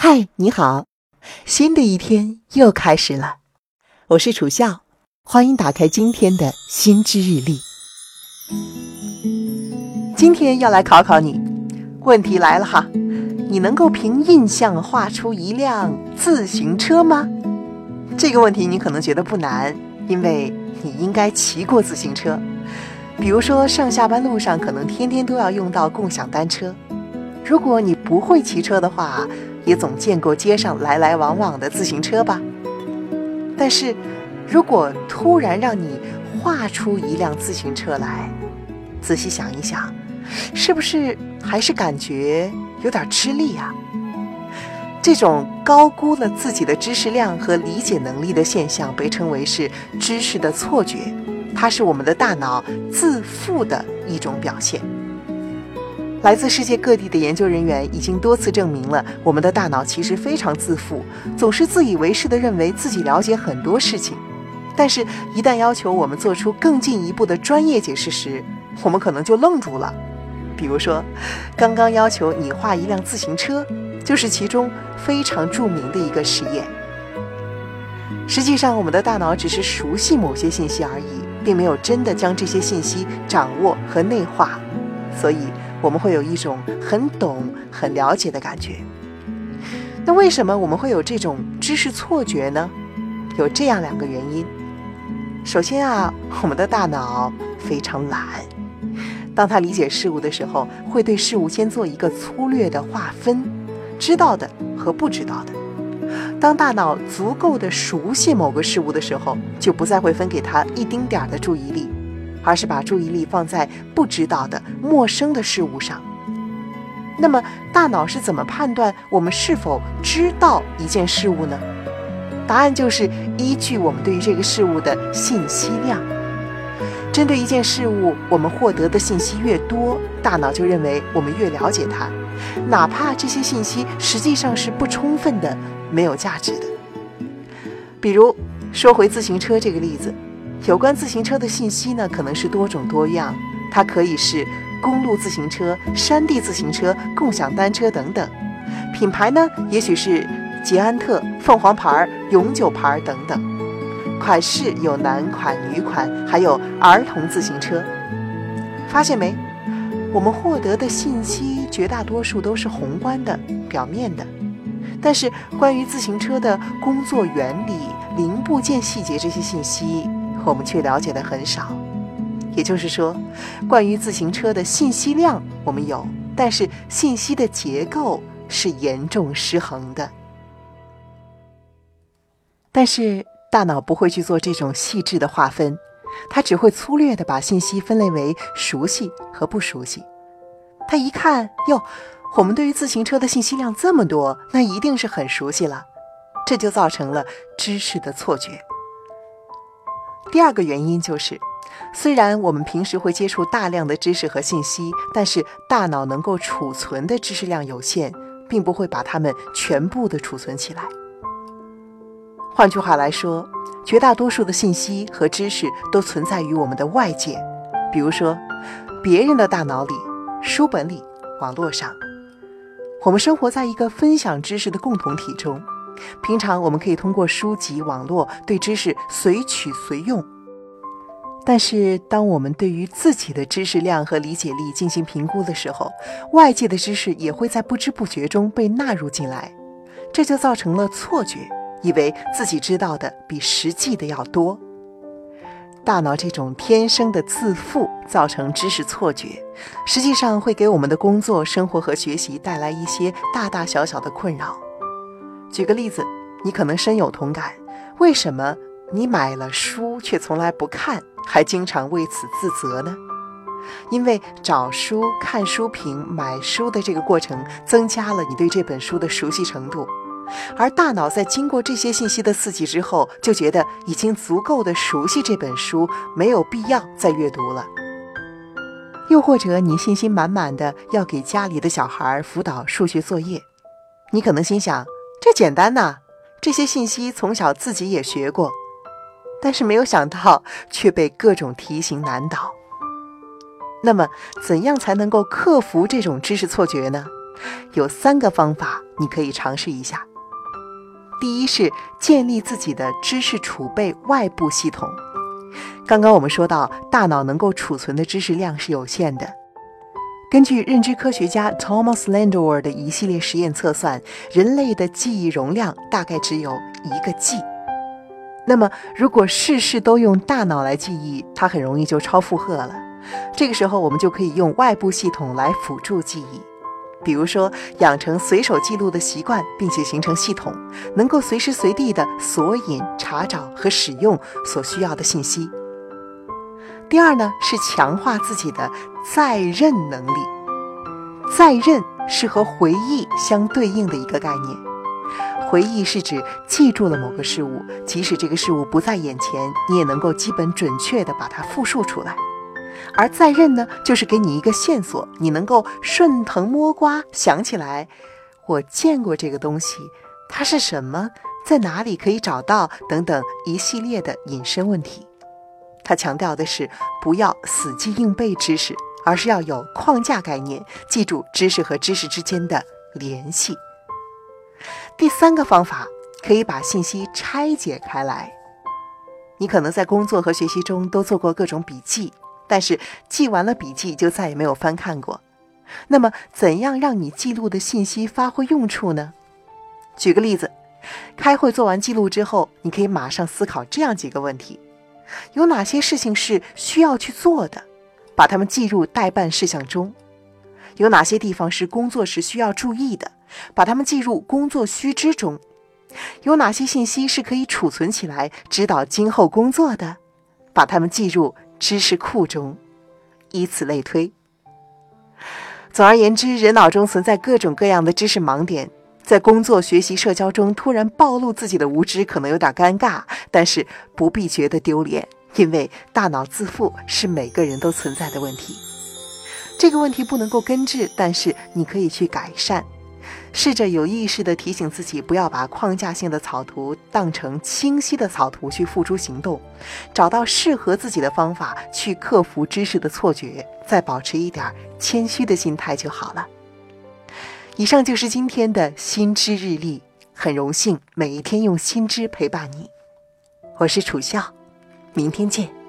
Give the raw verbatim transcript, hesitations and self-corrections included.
嗨，你好，新的一天又开始了，我是楚笑，欢迎打开今天的心知日历。今天要来考考你，问题来了哈，你能够凭印象画出一辆自行车吗？这个问题你可能觉得不难，因为你应该骑过自行车，比如说上下班路上可能天天都要用到共享单车。如果你不会骑车的话，也总见过街上来来往往的自行车吧。但是如果突然让你画出一辆自行车来，仔细想一想，是不是还是感觉有点吃力啊？这种高估了自己的知识量和理解能力的现象被称为是知识的错觉，它是我们的大脑自负的一种表现。来自世界各地的研究人员已经多次证明了，我们的大脑其实非常自负，总是自以为是地认为自己了解很多事情。但是一旦要求我们做出更进一步的专业解释时，我们可能就愣住了。比如说，刚刚要求你画一辆自行车，就是其中非常著名的一个实验。实际上，我们的大脑只是熟悉某些信息而已，并没有真的将这些信息掌握和内化，所以我们会有一种很懂、很了解的感觉。那为什么我们会有这种知识错觉呢？有这样两个原因。首先啊，我们的大脑非常懒，当他理解事物的时候，会对事物先做一个粗略的划分，知道的和不知道的。当大脑足够的熟悉某个事物的时候，就不再会分给他一丁点儿的注意力，而是把注意力放在不知道的陌生的事物上。那么大脑是怎么判断我们是否知道一件事物呢？答案就是依据我们对于这个事物的信息量。针对一件事物，我们获得的信息越多，大脑就认为我们越了解它，哪怕这些信息实际上是不充分的、没有价值的。比如说回自行车这个例子，有关自行车的信息呢，可能是多种多样，它可以是公路自行车、山地自行车、共享单车等等。品牌呢，也许是捷安特、凤凰牌、永久牌等等。款式有男款、女款，还有儿童自行车。发现没？我们获得的信息绝大多数都是宏观的、表面的，但是关于自行车的工作原理、零部件细节这些信息，我们却了解的很少。也就是说，关于自行车的信息量我们有，但是信息的结构是严重失衡的。但是大脑不会去做这种细致的划分，它只会粗略地把信息分类为熟悉和不熟悉。它一看，哟，我们对于自行车的信息量这么多，那一定是很熟悉了，这就造成了知识的错觉。第二个原因就是，虽然我们平时会接触大量的知识和信息，但是大脑能够储存的知识量有限，并不会把它们全部的储存起来。换句话来说，绝大多数的信息和知识都存在于我们的外界，比如说别人的大脑里、书本里、网络上。我们生活在一个分享知识的共同体中，平常我们可以通过书籍、网络对知识随取随用。但是当我们对于自己的知识量和理解力进行评估的时候，外界的知识也会在不知不觉中被纳入进来，这就造成了错觉，以为自己知道的比实际的要多。大脑这种天生的自负造成知识错觉，实际上会给我们的工作、生活和学习带来一些大大小小的困扰。举个例子，你可能深有同感，为什么你买了书却从来不看，还经常为此自责呢？因为找书、看书评、买书的这个过程增加了你对这本书的熟悉程度，而大脑在经过这些信息的刺激之后，就觉得已经足够的熟悉这本书，没有必要再阅读了。又或者你信心满满的要给家里的小孩辅导数学作业，你可能心想，这简单呐，这些信息从小自己也学过，但是没有想到却被各种题型难倒。那么怎样才能够克服这种知识错觉呢？ 有三个方法你可以尝试一下。第一是建立自己的知识储备外部系统。刚刚我们说到，大脑能够储存的知识量是有限的。根据认知科学家 Thomas Landauer 的一系列实验测算，人类的记忆容量大概只有一个 G。那么如果事事都用大脑来记忆，它很容易就超负荷了。这个时候我们就可以用外部系统来辅助记忆，比如说养成随手记录的习惯，并且形成系统，能够随时随地的索引、查找和使用所需要的信息。第二呢，是强化自己的再认能力。再认是和回忆相对应的一个概念。回忆是指记住了某个事物，即使这个事物不在眼前，你也能够基本准确地把它复述出来。而再认呢，就是给你一个线索，你能够顺藤摸瓜想起来，我见过这个东西，它是什么，在哪里可以找到，等等一系列的引申问题。他强调的是不要死记硬背知识，而是要有框架概念，记住知识和知识之间的联系。第三个方法，可以把信息拆解开来。你可能在工作和学习中都做过各种笔记，但是记完了笔记就再也没有翻看过。那么怎样让你记录的信息发挥用处呢？举个例子，开会做完记录之后，你可以马上思考这样几个问题：有哪些事情是需要去做的，把它们记入待办事项中；有哪些地方是工作时需要注意的，把它们记入工作须知中；有哪些信息是可以储存起来指导今后工作的，把它们记入知识库中，以此类推。总而言之，人脑中存在各种各样的知识盲点，在工作、学习、社交中突然暴露自己的无知可能有点尴尬，但是不必觉得丢脸，因为大脑自负是每个人都存在的问题。这个问题不能够根治，但是你可以去改善。试着有意识地提醒自己，不要把框架性的草图当成清晰的草图去付诸行动，找到适合自己的方法去克服知识的错觉，再保持一点谦虚的心态就好了。以上就是今天的新知日历，很荣幸每一天用新知陪伴你。我是楚笑，明天见。